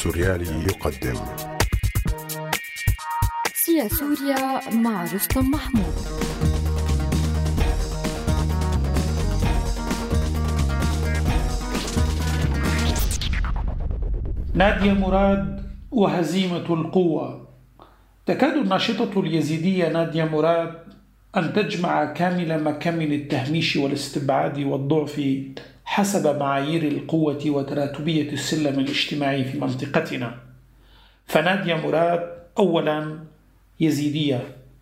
السوريالي يقدم سيا سوريا مع رستم محمود. نادية مراد وهزيمة القوة. تكاد الناشطة اليزيدية نادية مراد أن تجمع كامل مكامن التهميش والاستبعاد والضعف حسب معايير القوة وتراتبية السلم الاجتماعي في منطقتنا. فنادية مراد أولا يزيدية،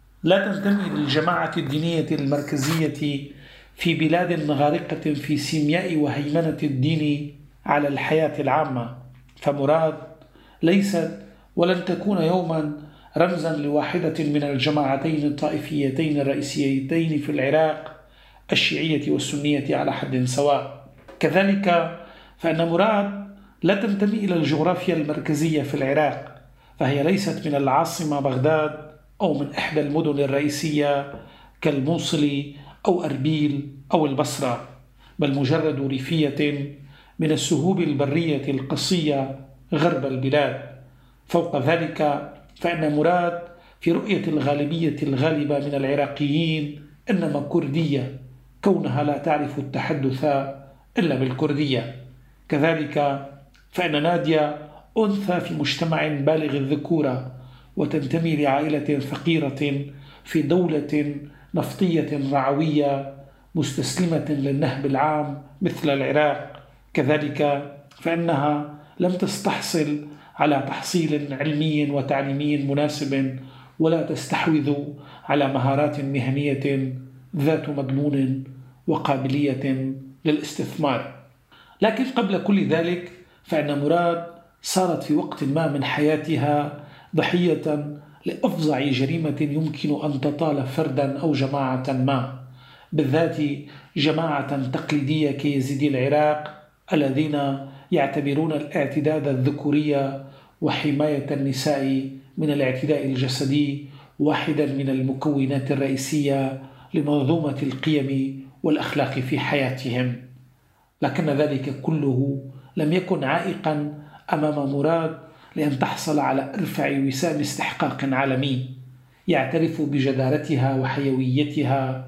لا تنتمي للجماعة الدينية المركزية في بلاد غارقة في سيمياء وهيمنة الدين على الحياة العامة. فمراد ليست ولن تكون يوما رمزا لواحدة من الجماعتين الطائفيتين الرئيسيتين في العراق، الشيعية والسنية على حد سواء. كذلك فإن مراد لا تنتمي إلى الجغرافيا المركزية في العراق، فهي ليست من العاصمة بغداد أو من إحدى المدن الرئيسية كالموصل أو أربيل أو البصرة، بل مجرد ريفية من السهوب البرية القصية غرب البلاد. فوق ذلك فإن مراد في رؤية الغالبية الغالبة من العراقيين إنما كردية، كونها لا تعرف التحدث إلا بالكردية. كذلك فإن نادية أنثى في مجتمع بالغ الذكورة، وتنتمي لعائلة فقيرة في دولة نفطية رعوية مستسلمة للنهب العام مثل العراق. كذلك فإنها لم تستحصل على تحصيل علمي وتعليمي مناسب، ولا تستحوذ على مهارات مهنية ذات مضمون وقابلية للاستثمار. لكن قبل كل ذلك فإن مراد صارت في وقت ما من حياتها ضحية لأفظع جريمة يمكن أن تطال فردا أو جماعة ما، بالذات جماعة تقليدية كيزيدي العراق الذين يعتبرون الاعتداد الذكوري وحماية النساء من الاعتداء الجسدي واحدا من المكونات الرئيسية لمنظومة القيم والأخلاق في حياتهم. لكن ذلك كله لم يكن عائقا أمام مراد لأن تحصل على أرفع وسام استحقاق عالمي يعترف بجدارتها وحيويتها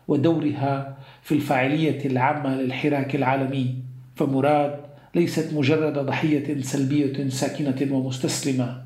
ودورها في الفاعلية العامة للحراك العالمي. فمراد ليست مجرد ضحية سلبية ساكنة ومستسلمة،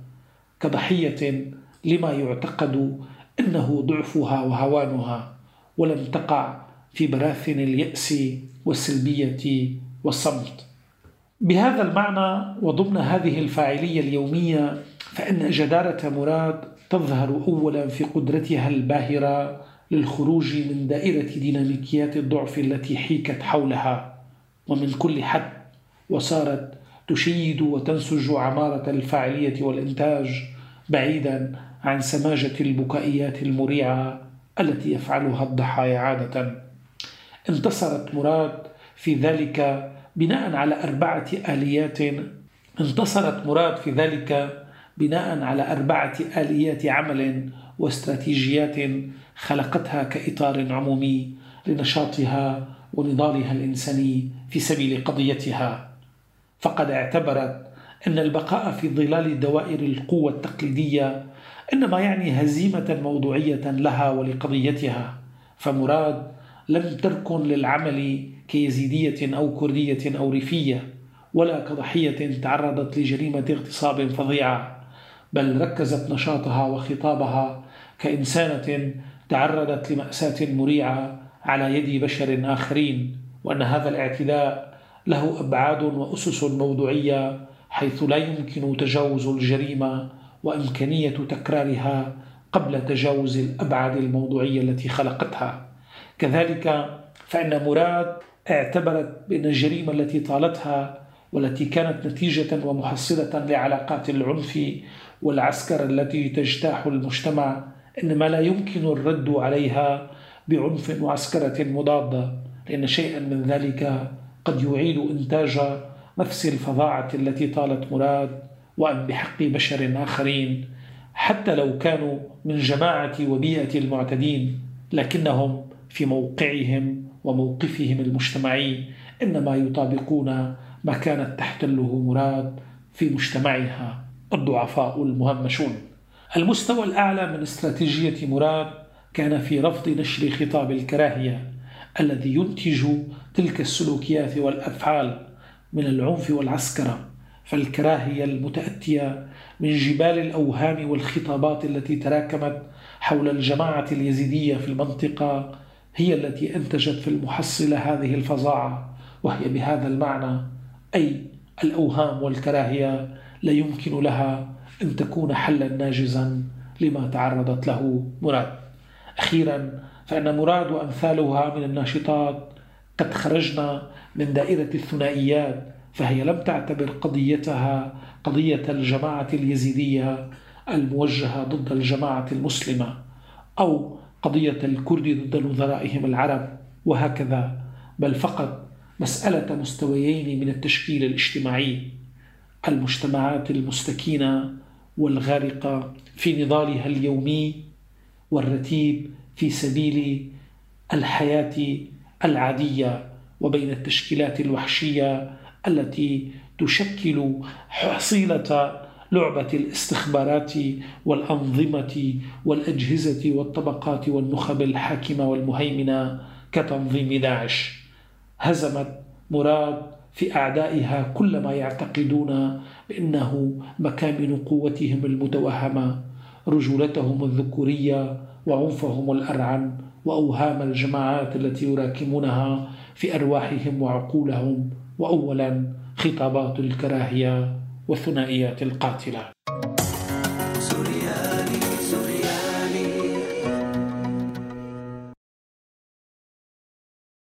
كضحية لما يعتقد أنه ضعفها وهوانها، ولم تقع في براثن اليأس والسلبية والصمت. بهذا المعنى وضمن هذه الفاعلية اليومية، فإن جدارة مراد تظهر أولا في قدرتها الباهرة للخروج من دائرة ديناميكيات الضعف التي حيكت حولها ومن كل حد، وصارت تشيد وتنسج عمارة الفاعلية والإنتاج بعيدا عن سماجة البكائيات المريعة التي يفعلها الضحايا عادة. انتصرت مراد في ذلك بناء على أربعة آليات عمل واستراتيجيات خلقتها كإطار عمومي لنشاطها ونضالها الإنساني في سبيل قضيتها. فقد اعتبرت أن البقاء في ظلال دوائر القوة التقليدية إنما يعني هزيمة موضوعية لها ولقضيتها. فمراد لم تركن للعمل كيزيدية أو كردية أو ريفية، ولا كضحية تعرضت لجريمة اغتصاب فظيعة، بل ركزت نشاطها وخطابها كإنسانة تعرضت لمأساة مريعة على يد بشر آخرين، وأن هذا الاعتداء له أبعاد وأسس موضوعية، حيث لا يمكن تجاوز الجريمة وإمكانية تكرارها قبل تجاوز الأبعاد الموضوعية التي خلقتها. كذلك فإن مراد اعتبرت بأن الجريمة التي طالتها والتي كانت نتيجة ومحصلة لعلاقات العنف والعسكر التي تجتاح المجتمع إنما لا يمكن الرد عليها بعنف وعسكرة مضادة، لأن شيئا من ذلك قد يعيد إنتاج نفس الفظاعة التي طالت مراد، وأن بحق بشر آخرين حتى لو كانوا من جماعة وبيئة المعتدين، لكنهم في موقعهم وموقفهم المجتمعي إنما يطابقون ما كانت تحتله مراد في مجتمعها الضعفاء المهمشون. المستوى الأعلى من استراتيجية مراد كان في رفض نشر خطاب الكراهية الذي ينتج تلك السلوكيات والأفعال من العنف والعسكرة، فالكراهية المتأتية من جبال الأوهام والخطابات التي تراكمت حول الجماعة اليزيدية في المنطقة هي التي أنتجت في المحصلة هذه الفظاعة، وهي بهذا المعنى أي الأوهام والكراهية لا يمكن لها أن تكون حلا ناجزا لما تعرضت له مراد. أخيرا، فإن مراد وأمثالها من الناشطات قد خرجنا من دائرة الثنائيات، فهي لم تعتبر قضيتها قضية الجماعة اليزيدية الموجهة ضد الجماعة المسلمة، أو قضية الكرد ضد نظرائهم العرب وهكذا، بل فقط مسألة مستويين من التشكيل الاجتماعي: المجتمعات المستكينة والغارقة في نضالها اليومي والرتيب في سبيل الحياة العادية، وبين التشكيلات الوحشية التي تشكل حصيلة لعبة الاستخبارات والأنظمة والأجهزة والطبقات والنخب الحاكمة والمهيمنة كتنظيم داعش. هزمت مراد في أعدائها كل ما يعتقدون بأنه مكامن قوتهم المتوهمة، رجولتهم الذكورية وعنفهم الأرعن، وأوهام الجماعات التي يراكمونها في أرواحهم وعقولهم، وأولا خطابات الكراهية والثنائيات القاتلة.